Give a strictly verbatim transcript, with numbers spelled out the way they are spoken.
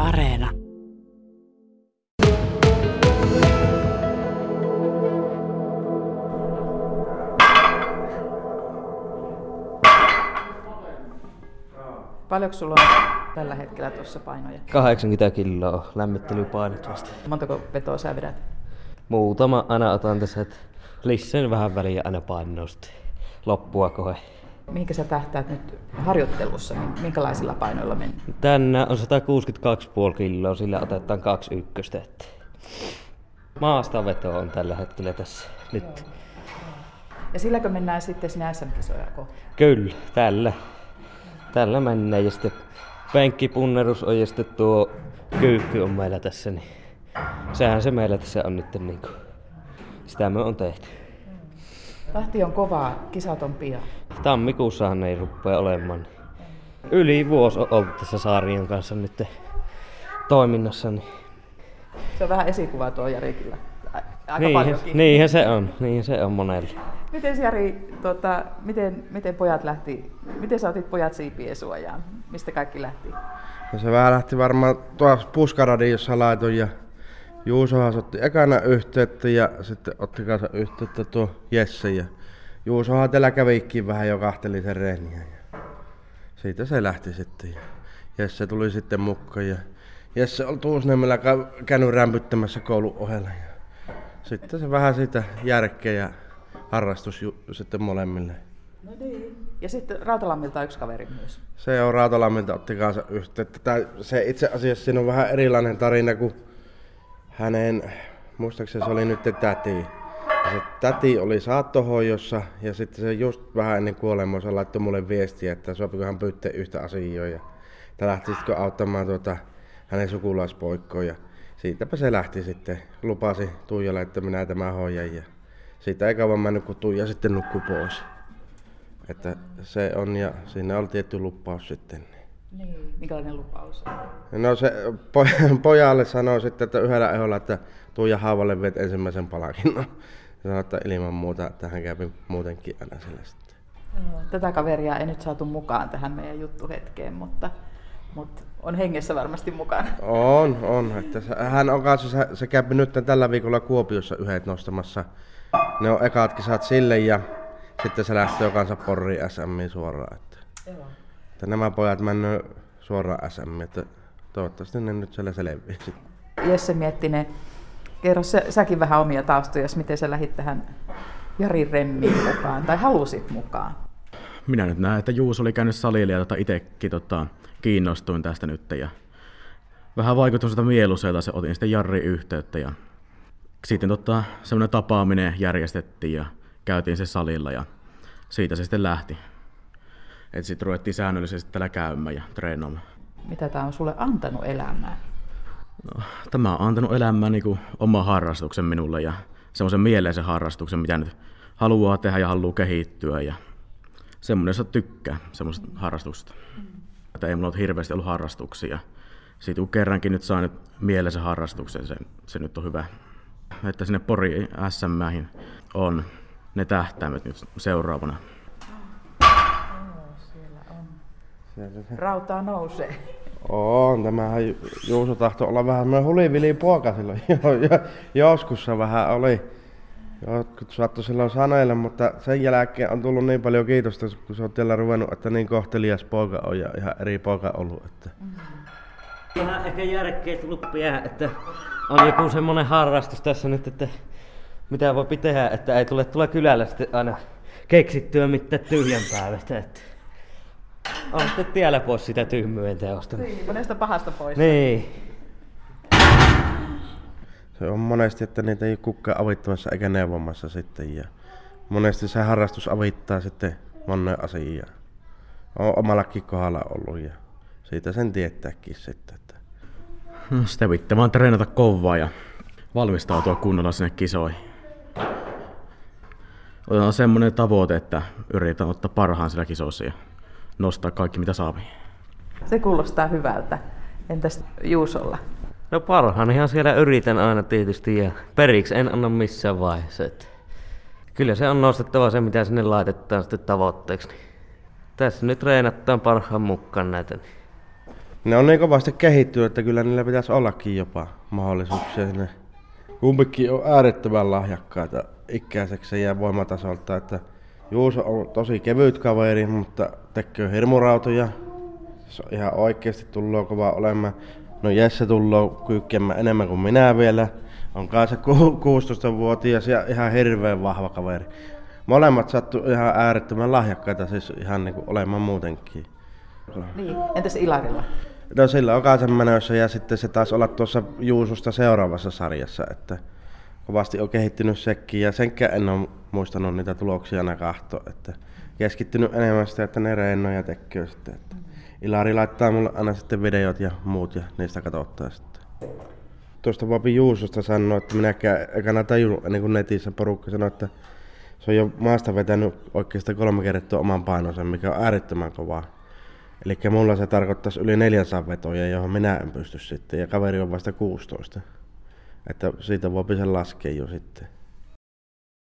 Areena. Paljonko sulla on tällä hetkellä tuossa painoja? kahdeksankymmentä kiloa lämmittelypainot vasta. Montako vetoa sä vedät? Muutama aina otan tässä, että lisään vähän väliä aina painosta loppua kohe. Mihinkä sä tähtäät nyt harjoittelussa? Minkälaisilla painoilla mennään? Tänään on sata kuusikymmentäkaksi pilkku viisi kiloa, sillä otetaan kaksi ykköstä. Että maastaveto on tällä hetkellä tässä nyt. Ja silläkö mennään sitten sinne S M-kisoja kohti? Kyllä, tällä. Tällä mennään ja sitten penkkipunnerus on ja sitten tuo kyykky on meillä tässä. Niin sehän se meillä tässä on nyt niin kuin, sitä me on tehty. Tahti on kovaa, kisat on pian. Tammikuussahan ei rupea olemaan. Yli vuosi on ollut tässä Saarion kanssa nyt toiminnassa. Niin. Se on vähän esikuva tuo Jari kyllä. Aika niinhän, paljonkin. Niinhän se on, niinhän se on monelle. Miten Jari, tota, miten, miten pojat lähti, miten sä otit pojat siipien suojaan? Mistä kaikki lähti? No se vähän lähti varmaan tuossa puskaradiossa laitoin ja Juusohan otti ekana yhteyttä ja sitten otti kanssa yhteyttä tuo Jesse ja Juusohan tällä kävikin vähän jo kahteli sen reeniä ja siitä se lähti sitten ja Jesse tuli sitten mukaan ja Jesse oli Tuusniemellä käynyt rämpyttämässä koulun ohella ja sitten se vähän siitä järkeä ja harrastus ju- sitten molemmille. No niin. Ja sitten Rautalammilta on yksi kaveri myös. Se on Rautalammilta otti kanssa yhteyttä. Tää, se itse asiassa siinä on vähän erilainen tarina kuin hänen, muistaakseni se oli nyt täti. Ja se täti oli saattohoidossa ja sitten se just vähän ennen kuolemansa laittoi mulle viestiä, että sopiko hän pyytää yhtä asiaa. Ja lähtisitkö auttamaan tuota hänen sukulaispoikkoon. Ja siitäpä se lähti sitten. Lupasi Tuijalle, että minä tämän hoidan. Ja siitä ei kauan mennyt, kun Tuija sitten nukkui pois. Että se on ja siinä oli tietty lupaus sitten. Niin, minkälainen lupaus? No se po- pojalle sanoi sitten, että yhdellä eholla, että Tuija Haavalle viet ensimmäisen palkinnon. Sanoi, että ilman muuta, että hän kävi muutenkin aina sillä sitten. Tätä kaveria ei nyt saatu mukaan tähän meidän juttuhetkeen, mutta, mutta on hengessä varmasti mukana. On, on. Että se, hän on kanssa, se, se käy nyt tällä viikolla Kuopiossa yhdet nostamassa. Ne on ekat kisat sille ja sitten se lähtee kanssa Poriin S M:iin suoraan. Että, että nämä pojat mennyt suoraan S M:iin, että toivottavasti ne nyt siellä selviää. Jesse Miettinen, kerro sä, säkin vähän omia taustoja, miten sä lähdit tähän Jari Remmiin mukaan, tai halusit mukaan? Minä nyt näen, että Juus oli käynyt salilla ja tota itsekin tota, kiinnostuin tästä nyt. Ja vähän vaikutti sitä mieluiselta, se otin sitten Jari yhteyttä. Ja sitten tota, semmoinen tapaaminen järjestettiin ja käytiin se salilla ja siitä se sitten lähti. Et sitten ruvettiin säännöllisesti täällä käymään ja treenaamaan. Mitä tämä on sulle antanut elämään? No, tämä on antanut elämään niin kuin oma harrastuksen minulle ja semmoisen mieleisen harrastuksen, mitä nyt haluaa tehdä ja haluaa kehittyä. Ja semmoinen, jossa tykkää semmoisesta harrastuksesta. Mm. Että ei mulla ole hirveästi ollut harrastuksia. Siitä kun kerrankin nyt saa nyt mieleisen harrastuksen, se, se nyt on hyvä. Että sinne Pori S M:ihin on ne tähtäimet nyt seuraavana. Oh, siellä on. Siellä se. Rautaa nousee. On, tämähän Juuso tahtoi olla vähän noin hulivili poika silloin. Joskus se vähän oli. Jotkut saattoi silloin sanella, mutta sen jälkeen on tullut niin paljon kiitosta, kun se on siellä ruvennut, että niin kohtelias poika on ja ihan eri poika ollut. Että. Vähän ehkä järkeä tullut pian, että on joku semmonen harrastus tässä nyt, että mitä voi tehdä, että ei tule, tule kylällä sitten aina keksittyä mitään tyhjänpäivästä. Että on sitten tiellä pois sitä tyhmyyden teosta. Niin, monesta pahasta pois. Niin. Se on monesti, että niitä ei ole kukaan avittamassa eikä neuvomassa sitten. Ja monesti se harrastus avittaa sitten monen asiaa. On omallakin kohdalla ollut ja siitä sen tietääkin sitten. Että. No, sitä pitää vaan treenata kovaa ja valmistautua kunnolla sinne kisoihin. Otetaan semmoinen tavoite, että yritetään ottaa parhaan sillä kisoissa ja nostaa kaikki mitä saa. Se kuulostaa hyvältä. Entäs Juusolla? No parhaanihan siellä yritän aina tietysti ja periksi en anna missään vaiheessa. Että kyllä se on nostettava se, mitä sinne laitetaan sitten tavoitteeksi. Tässä nyt treenataan parhaan mukaan näitä. Ne on niin kovasti kehittynyt, että kyllä niillä pitäisi ollakin jopa mahdollisuuksia sinne. Kumpikin on äärettömän lahjakkaita ikäiseksi ja voimatasolta, että Juuso on tosi kevyt kaveri, mutta tekee hirmurautoja. Se on ihan oikeasti tullut kova olemaan. No Jesse tullut kyykkemään enemmän kuin minä vielä. On kanssa kuusitoistavuotias ja ihan hirveän vahva kaveri. Molemmat sattu ihan äärettömän lahjakkaita, siis ihan niin kuin olemaan muutenkin. Niin. Entäs Ilarilla? No sillä on kanssa menossa ja sitten se taas olla tuossa Juusosta seuraavassa sarjassa, että kovasti on kehittynyt sekin ja senkään en ole muistanut niitä tuloksia aina kahtoa, että keskittynyt enemmän sitä, että ne reennoja tekee sitten. Että Ilari laittaa mulle aina sitten videot ja muut ja niistä katsottaa sitten. Tuosta Vapi Juusosta sanoi, että minäkään ekana tajunnut ennen kuin netissä porukka sanoi, että se on jo maasta vetänyt oikeastaan kolme kertaa oman painonsa, mikä on äärettömän kovaa. Eli mulla se tarkoittaisi yli neljäsataa vetoja, johon minä en pysty sitten, ja kaveri on vasta kuusitoista. Että siitä voi sen laskea jo sitten.